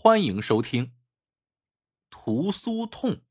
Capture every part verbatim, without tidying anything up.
欢迎收听屠苏痛。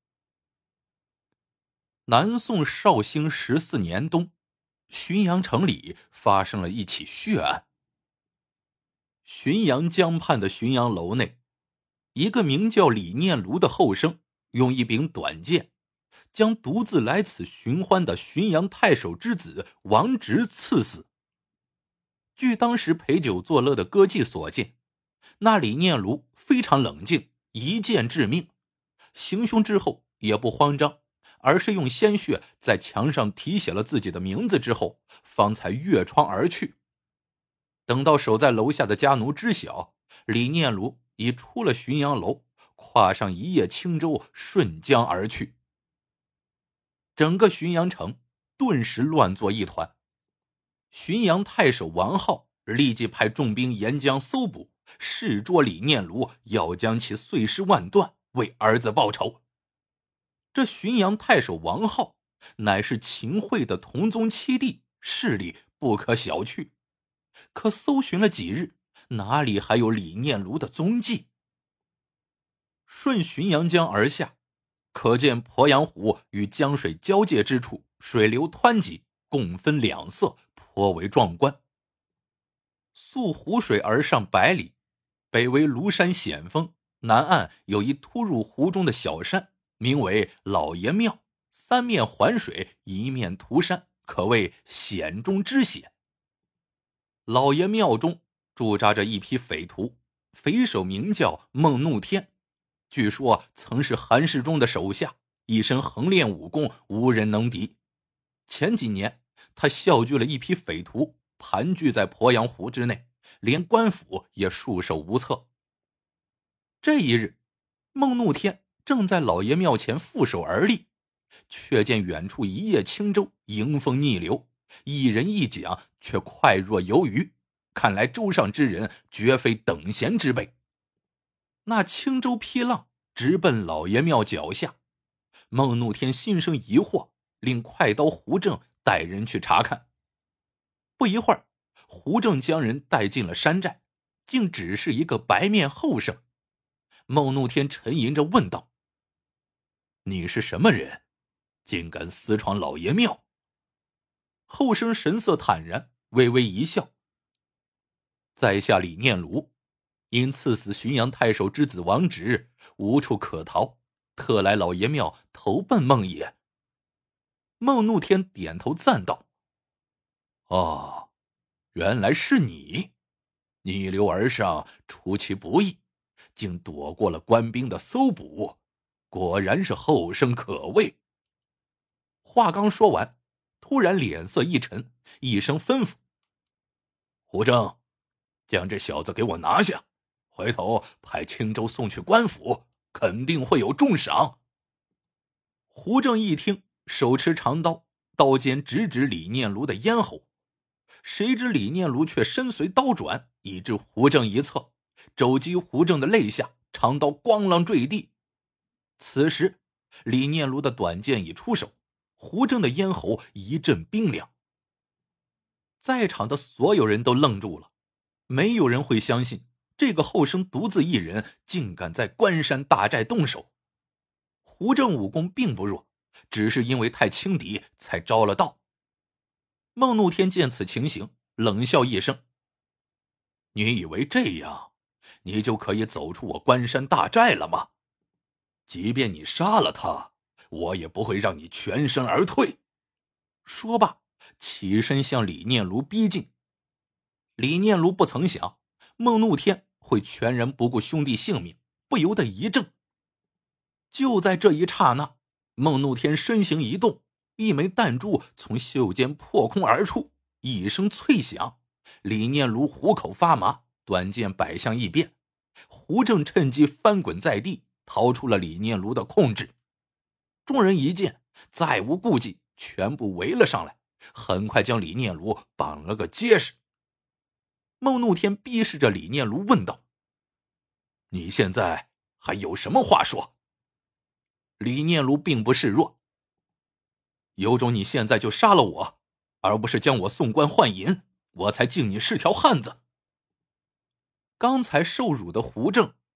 南宋绍兴十四年冬，浔阳城里发生了一起血案。浔阳江畔的浔阳楼内，一个名叫李念庐的后生用一柄短剑将独自来此寻欢的浔阳太守之子王直刺死。据当时陪酒作乐的歌妓所见，那李念庐非常冷静，一剑致命。行凶之后也不慌张，而是用鲜血在墙上题写了自己的名字之后，方才越窗而去。等到守在楼下的家奴知晓，李念庐已出了浔阳楼，跨上一叶轻舟，顺江而去。整个浔阳城顿时乱作一团。浔阳太守王浩立即派重兵沿江搜捕，誓捉李念庐，要将其碎尸万段，为儿子报仇。这浔阳太守王浩乃是秦桧的同宗七弟，势力不可小觑。可搜寻了几日，哪里还有李念庐的踪迹？顺浔阳江而下，可见鄱阳湖与江水交界之处，水流湍急，共分两色，颇为壮观。溯湖水而上百里，北为庐山险峰，南岸有一突入湖中的小山，名为老爷庙，三面环水，一面涂山，可谓险中之险。老爷庙中驻扎着一批匪徒，匪首名叫孟怒天，据说曾是韩世忠的手下，一身横练武功，无人能敌。前几年他笑聚了一批匪徒，盘踞在鄱阳湖之内，连官府也束手无策。这一日，孟怒天正在老爷庙前负手而立，却见远处一叶轻舟迎风逆流，一人一桨却快若游鱼，看来舟上之人绝非等闲之辈。那轻舟劈浪，直奔老爷庙脚下。孟怒天心生疑惑，令快刀胡正带人去查看。不一会儿，胡正将人带进了山寨，竟只是一个白面后生。孟怒天沉吟着问道：“你是什么人？竟敢私闯老爷庙？”后生神色坦然，微微一笑：“在下李念庐，因刺死浔阳太守之子王直，无处可逃，特来老爷庙投奔孟爷。”孟怒天点头赞道：“哦，原来是你！逆流而上，出其不意，竟躲过了官兵的搜捕，果然是后生可畏。”话刚说完，突然脸色一沉，一声吩咐：“胡正，将这小子给我拿下，回头派青州送去官府，肯定会有重赏。”胡正一听，手持长刀，刀尖直指李念庐的咽喉。谁知李念庐却身随刀转，以致胡正一侧，肘击胡正的肋下，长刀咣啷坠地。此时李念庐的短剑已出手，胡正的咽喉一阵冰凉。在场的所有人都愣住了，没有人会相信这个后生独自一人竟敢在关山大寨动手。胡正武功并不弱，只是因为太轻敌才招了道。孟怒天见此情形，冷笑一声：“你以为这样你就可以走出我关山大寨了吗？即便你杀了他，我也不会让你全身而退。”说罢，起身向李念庐逼近。李念庐不曾想孟怒天会全然不顾兄弟性命，不由得一怔。就在这一刹那，孟怒天身形一动，一枚弹珠从袖间破空而出，一声脆响，李念庐虎口发麻，短剑摆向一边。胡正趁机翻滚在地，逃出了李念庐的控制。众人一见，再无顾忌，全部围了上来，很快将李念庐绑了个结实。孟怒天逼视着李念庐问道：“你现在还有什么话说？”李念庐并不示弱：“有种你现在就杀了我，而不是将我送官换银，我才敬你是条汉子。”刚才受辱的胡正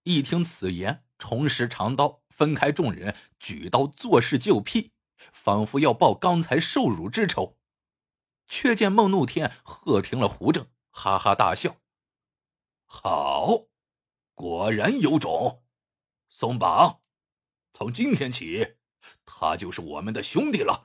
一听此言，重拾长刀，分开众人，举刀作势就劈，仿佛要报刚才受辱之仇。却见孟怒天喝停了胡正，哈哈大笑：“好，果然有种！松绑，从今天起，他就是我们的兄弟了。”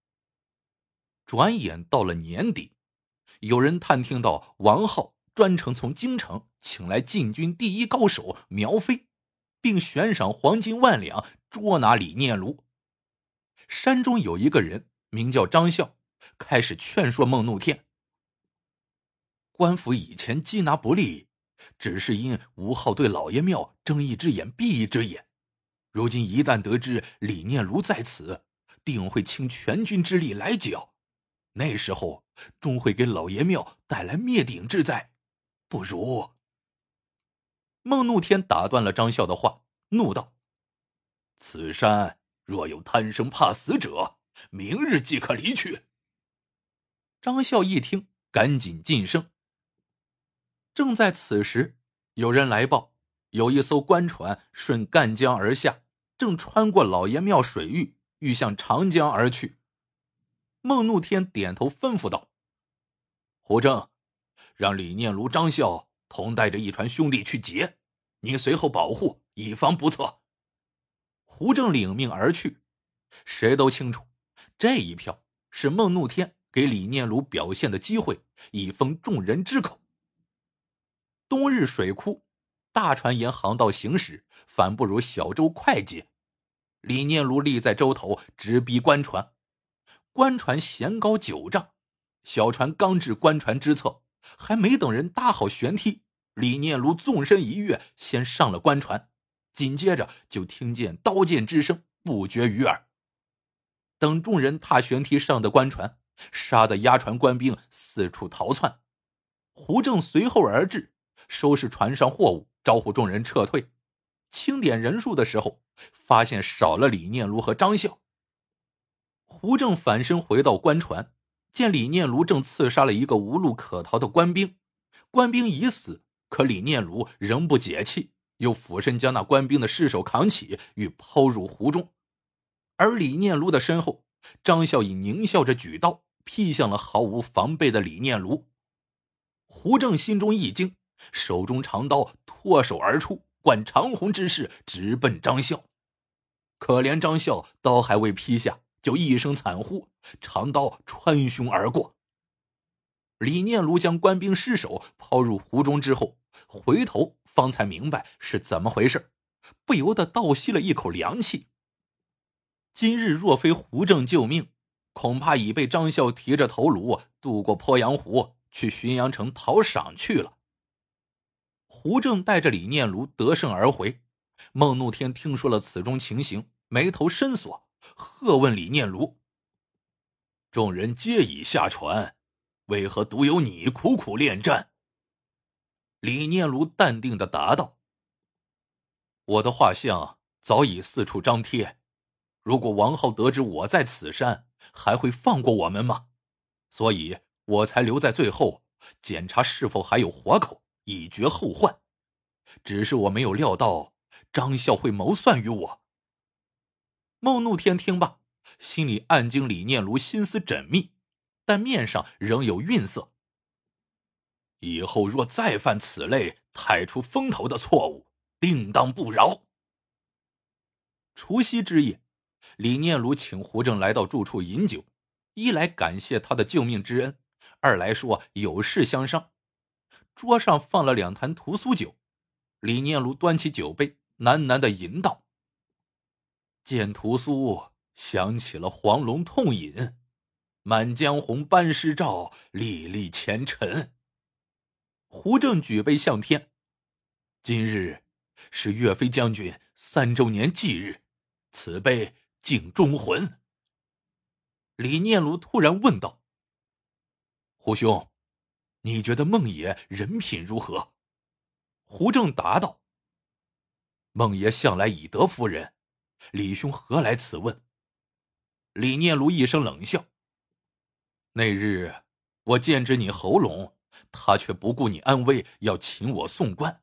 转眼到了年底，有人探听到王浩专程从京城请来禁军第一高手苗飞，并悬赏黄金万两捉拿李念奴。山中有一个人名叫张孝，开始劝说孟怒天：“官府以前缉拿不力，只是因吴浩对老爷庙睁一只眼闭一只眼。如今一旦得知李念奴在此，定会倾全军之力来剿，那时候终会给老爷庙带来灭顶之灾。不如……”孟怒天打断了张孝的话，怒道：“此山若有贪生怕死者，明日即可离去。”张孝一听，赶紧噤声。正在此时，有人来报，有一艘官船顺赣江而下，正穿过老爷庙水域，欲向长江而去。孟怒天点头吩咐道：“胡正，让李念奴、张孝同带着一船兄弟去劫，你随后保护，以防不测。”胡正领命而去。谁都清楚，这一票是孟怒天给李念奴表现的机会，以封众人之口。冬日水库，大船沿航道行驶，反不如小舟快捷。李念奴立在舟头，直逼官船。官船舷高九丈，小船刚至官船之侧，还没等人搭好舷梯，李念奴纵身一跃，先上了官船，紧接着就听见刀剑之声不绝于耳。等众人踏舷梯上的官船，杀得押船官兵四处逃窜。胡正随后而至，收拾船上货物，招呼众人撤退。清点人数的时候，发现少了李念奴和张孝。胡正反身回到官船，见李念奴正刺杀了一个无路可逃的官兵，官兵已死，可李念奴仍不解气，又俯身将那官兵的尸首扛起，欲抛入湖中。而李念奴的身后，张孝已狞笑着举刀劈向了毫无防备的李念奴。胡正心中一惊，手中长刀脱手而出，贯长虹之势直奔张孝。可怜张孝刀还未劈下，就一声惨呼，长刀穿胸而过。李念奴将官兵尸首抛入湖中之后，回头方才明白是怎么回事，不由得倒吸了一口凉气。今日若非胡正救命，恐怕已被张孝提着头颅渡过鄱阳湖，去浔阳城讨赏去了。胡正带着李念奴得胜而回，孟怒天听说了此中情形，眉头深锁，喝问李念奴：“众人皆已下船，为何独有你苦苦恋战？”李念奴淡定地答道：“我的画像早已四处张贴，如果王浩得知我在此山，还会放过我们吗？所以我才留在最后，检查是否还有活口，以绝后患。只是我没有料到张孝会谋算于我。”孟怒天听罢，心里暗惊李念奴心思缜密，但面上仍有愠色。以后若再犯此类太出风头的错误，定当不饶。除夕之夜，李念奴请胡正来到住处饮酒，一来感谢他的救命之恩，二来说有事相商。桌上放了两坛屠苏酒，李念奴端起酒杯，喃喃地吟道：“见屠苏，想起了黄龙痛饮，满江红班师照，历历前尘。”胡正举杯向天：“今日是岳飞将军三周年忌日，此杯敬忠魂。”李念奴突然问道：“胡兄，你觉得孟爷人品如何？”胡正答道：“孟爷向来以德服人，李兄何来此问？”李念奴一声冷笑：“那日我剑指你喉咙，他却不顾你安危，要请我送官，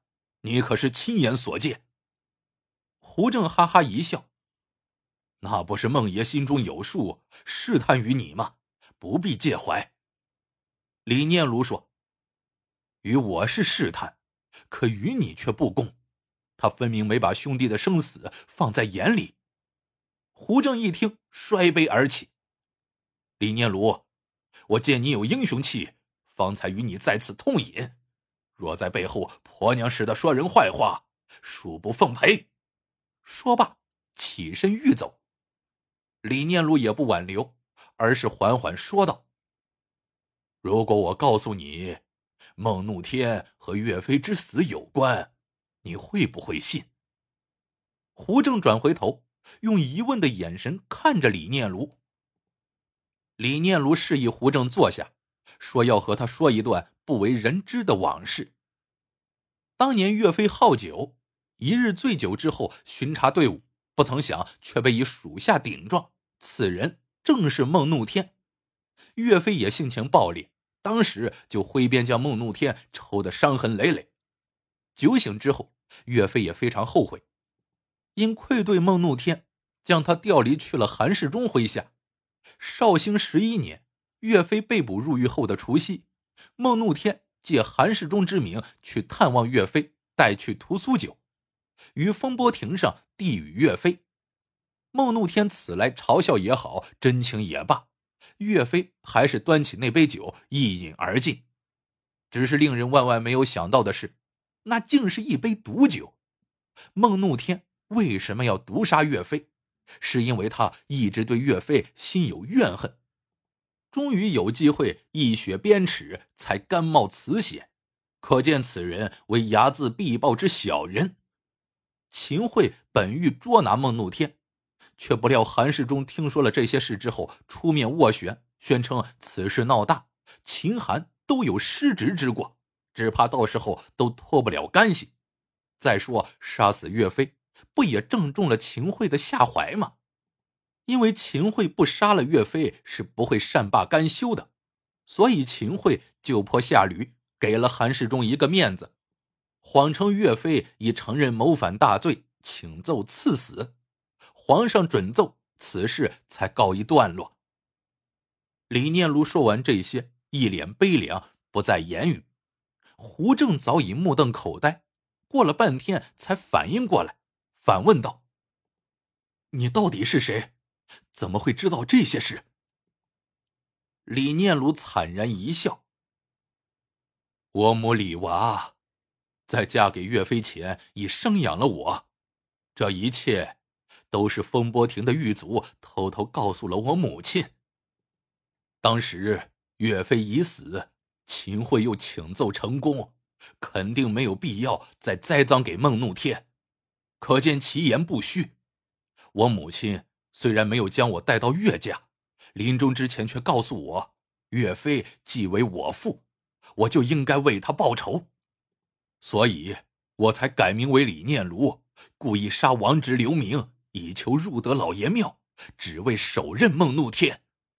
你可是亲眼所见。胡正哈哈一笑，那不是孟爷心中有数，试探于你吗？不必介怀。李念奴说，与我是试探，可与你却不公，他分明没把兄弟的生死放在眼里。胡正一听，摔杯而起，李念奴，我见你有英雄气，方才与你在此痛饮，若在背后婆娘似的说人坏话，恕不奉陪。说罢起身欲走。李念奴也不挽留，而是缓缓说道，如果我告诉你孟怒天和岳飞之死有关，你会不会信？胡正转回头，用疑问的眼神看着李念奴。李念奴示意胡正坐下，说要和他说一段不为人知的往事。当年岳飞好酒，一日醉酒之后巡查队伍，不曾想却被一属下顶撞，此人正是孟怒天。岳飞也性情暴烈，当时就挥鞭将孟怒天抽得伤痕累累。酒醒之后，岳飞也非常后悔，因愧对孟怒天，将他调离去了韩世忠麾下。绍兴十一年，岳飞被捕入狱后的除夕，孟怒天借韩世忠之名去探望岳飞，带去屠苏酒，于风波亭上递与岳飞。孟怒天此来嘲笑也好，真情也罢，岳飞还是端起那杯酒一饮而尽。只是令人万万没有想到的是，那竟是一杯毒酒。孟怒天为什么要毒杀岳飞？是因为他一直对岳飞心有怨恨，终于有机会一雪鞭笞，才甘冒此险，可见此人为睚眦必报之小人。秦桧本欲捉拿孟怒天，却不料韩世忠听说了这些事之后，出面斡旋，宣称此事闹大，秦韩都有失职之过，只怕到时候都脱不了干系。再说杀死岳飞，不也正中了秦桧的下怀吗？因为秦桧不杀了岳飞是不会善罢甘休的，所以秦桧就坡下驴，给了韩世忠一个面子，谎称岳飞已承认谋反大罪，请奏赐死。皇上准奏，此事才告一段落。李念奴说完这些，一脸悲凉，不再言语。胡正早已目瞪口呆，过了半天才反应过来，反问道，你到底是谁？怎么会知道这些事？李念奴惨然一笑，我母李娃在嫁给岳飞前已生养了我，这一切都是风波亭的狱卒偷偷告诉了我母亲。当时岳飞已死，秦桧又请奏成功，肯定没有必要再栽赃给孟怒天，可见其言不虚。我母亲虽然没有将我带到岳家，临终之前却告诉我，岳飞既为我父，我就应该为他报仇，所以我才改名为李念奴，故意杀王直留名，以求入得老爷庙，只为手刃孟怒天。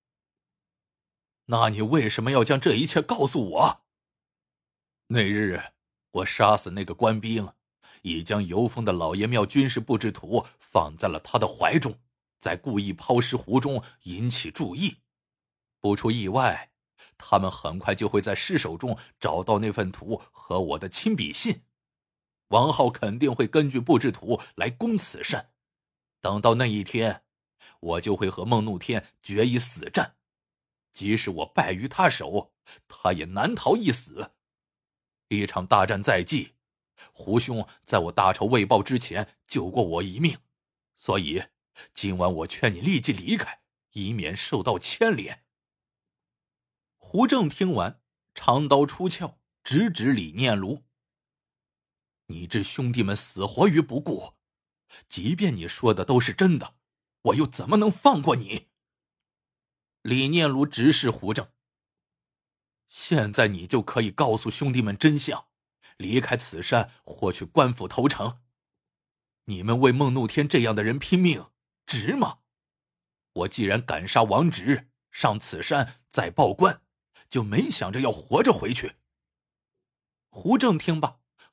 那你为什么要将这一切告诉我？那日我杀死那个官兵，已将游封的老爷庙军事布置图放在了他的怀中，再故意抛尸湖中，引起注意。不出意外，他们很快就会在尸首中找到那份图和我的亲笔信。王浩肯定会根据布置图来攻此山，等到那一天，我就会和孟怒天决一死战。即使我败于他手，他也难逃一死。一场大战在即，胡兄在我大仇未报之前救过我一命，所以今晚我劝你立即离开，以免受到牵连。胡正听完，长刀出鞘，直指李念奴，你置兄弟们死活于不顾，即便你说的都是真的，我又怎么能放过你？李念奴直视胡正，现在你就可以告诉兄弟们真相，离开此山或去官府投诚。你们为孟怒天这样的人拼命，值吗？我既然敢杀王直，上此山再报官，就没想着要活着回去。胡正听罢，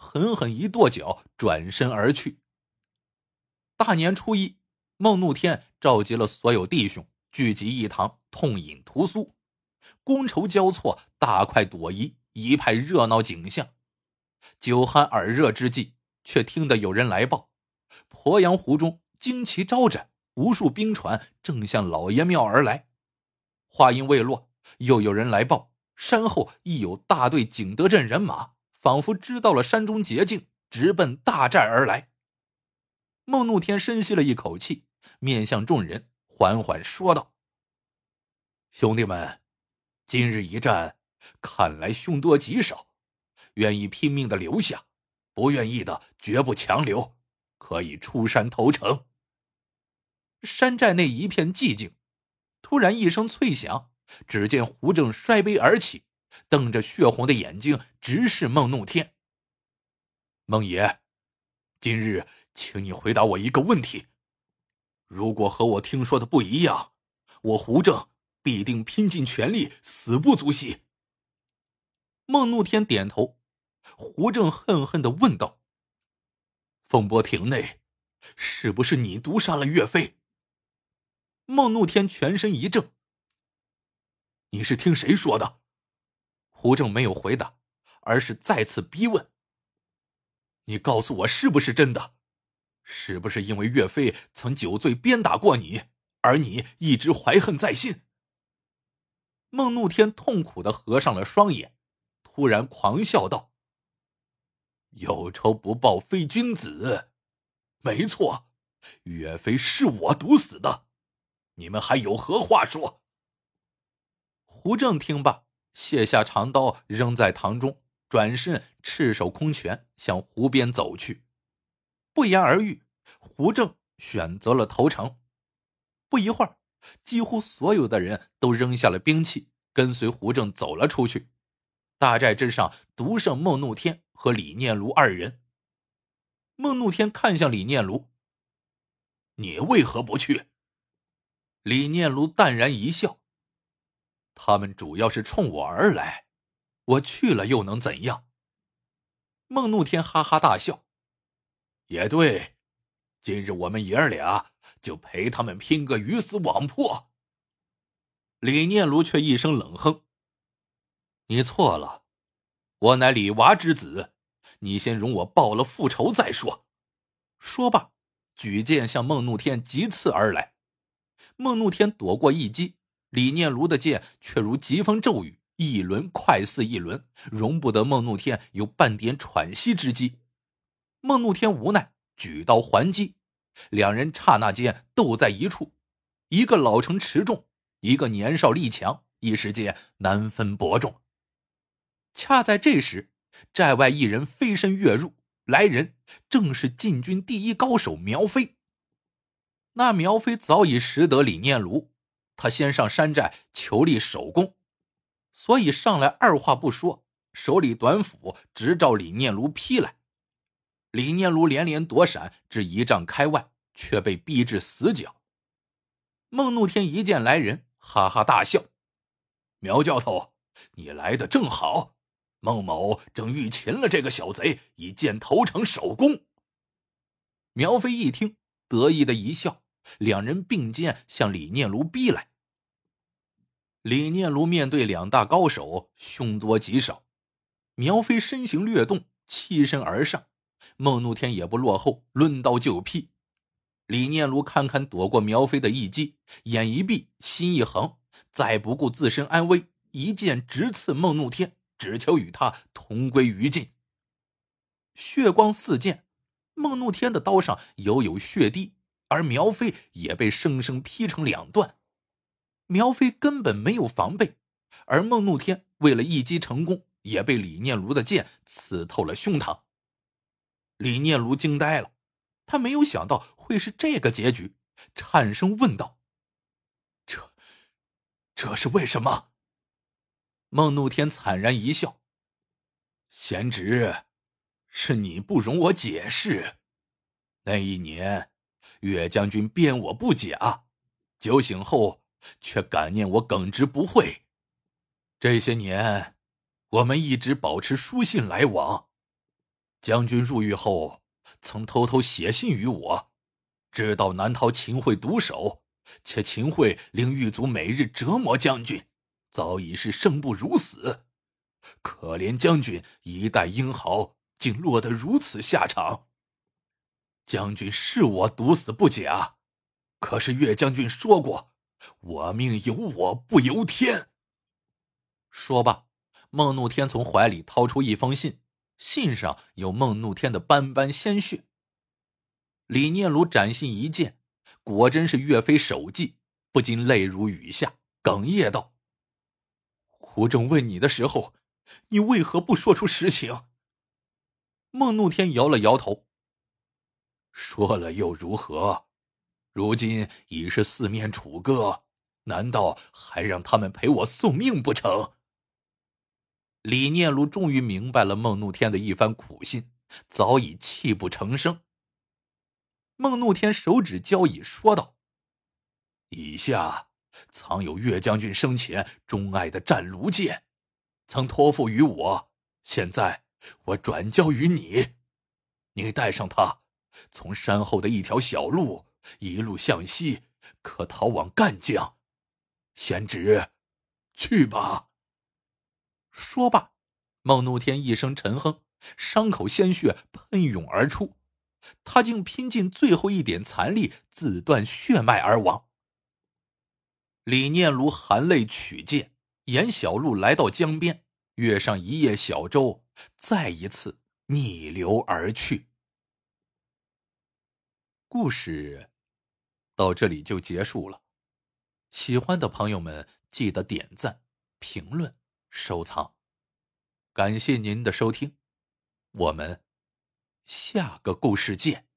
狠狠一跺脚，转身而去。大年初一，孟怒天召集了所有弟兄，聚集一堂，痛饮屠苏，觥筹交错，大快朵颐，一派热闹景象。酒酣耳热之际，却听得有人来报，鄱阳湖中旌旗招展，无数兵船正向老爷庙而来。话音未落，又有人来报，山后亦有大队景德镇人马，仿佛知道了山中捷径，直奔大寨而来。孟怒天深吸了一口气，面向众人缓缓说道：兄弟们，今日一战，看来凶多吉少，愿意拼命的留下，不愿意的绝不强留，可以出山投诚。山寨内一片寂静，突然一声脆响，只见胡正摔杯而起，瞪着血红的眼睛直视孟怒天。孟爷，今日请你回答我一个问题，如果和我听说的不一样，我胡正必定拼尽全力，死不足惜。孟怒天点头。胡正恨恨地问道：风波亭内是不是你毒杀了岳飞？孟怒天全身一怔。你是听谁说的？胡正没有回答，而是再次逼问。你告诉我是不是真的？是不是因为岳飞曾酒醉鞭打过你，而你一直怀恨在心？孟怒天痛苦地合上了双眼，突然狂笑道：有仇不报非君子，没错，岳飞是我毒死的，你们还有何话说？胡正听罢，卸下长刀扔在堂中，转身赤手空拳向湖边走去。不言而喻，胡正选择了投诚。不一会儿，几乎所有的人都扔下了兵器，跟随胡正走了出去。大寨之上独剩孟怒天和李念奴二人。孟怒天看向李念奴：你为何不去？李念奴淡然一笑：他们主要是冲我而来，我去了又能怎样？孟怒天哈哈大笑：也对，今日我们爷儿俩就陪他们拼个鱼死网破。李念奴却一声冷哼：你错了，我乃李娃之子，你先容我报了复仇再说。说罢，举剑向孟怒天急刺而来。孟怒天躲过一击，李念奴的剑却如疾风骤雨，一轮快似一轮，容不得孟怒天有半点喘息之机。孟怒天无奈，举刀还击，两人刹那间斗在一处，一个老成持重，一个年少力强，一时间难分伯仲。恰在这时，寨外一人飞身跃入，来人正是禁军第一高手苗飞。那苗飞早已识得李念奴，他先上山寨求立首功，所以上来二话不说，手里短斧直照李念奴劈来。李念奴连连躲闪至一丈开外，却被逼至死角。孟怒天一见来人，哈哈大笑：苗教头，你来得正好，孟某正欲擒了这个小贼，以剑投诚首功。苗飞一听，得意的一笑，两人并肩向李念奴逼来。李念奴面对两大高手，凶多吉少。苗飞身形略动，欺身而上，孟怒天也不落后，抡刀就劈。李念奴堪堪躲过苗飞的一击，眼一闭，心一横，再不顾自身安危，一剑直刺孟怒天，只求与他同归于尽。血光四溅，孟怒天的刀上犹有血滴，而苗飞也被生生劈成两段。苗飞根本没有防备，而孟怒天为了一击成功，也被李念奴的剑刺透了胸膛。李念奴惊呆了，他没有想到会是这个结局，颤声问道：这这是为什么？孟怒天惨然一笑：贤侄，是你不容我解释。那一年岳将军鞭我不假，酒醒后却感念我耿直不讳。这些年我们一直保持书信来往， 将军入狱后曾偷偷写信于我，知道南逃秦桧毒手，且秦桧令狱卒每日折磨将军，早已是生不如死。可怜将军一代英豪，竟落得如此下场。将军是我毒死不假，可是岳将军说过，我命由我不由天。说罢，孟怒天从怀里掏出一封信，信上有孟怒天的斑斑鲜血。李念奴展信一见，果真是岳飞手迹，不禁泪如雨下，哽咽道：胡正问你的时候，你为何不说出实情？孟怒天摇了摇头：说了又如何？如今已是四面楚歌，难道还让他们陪我送命不成？李念奴终于明白了孟怒天的一番苦心，早已泣不成声。孟怒天手指交椅说道：以下藏有岳将军生前钟爱的战卢剑，曾托付于我，现在我转交于你。你带上它，从山后的一条小路一路向西，可逃往赣江。贤侄，去吧。说罢，孟怒天一声沉哼，伤口鲜血喷涌而出，他竟拼尽最后一点残力，自断血脉而亡。李念奴含泪取剑，沿小路来到江边，跃上一叶小舟，再一次逆流而去。故事到这里就结束了。喜欢的朋友们记得点赞、评论、收藏。感谢您的收听，我们下个故事见。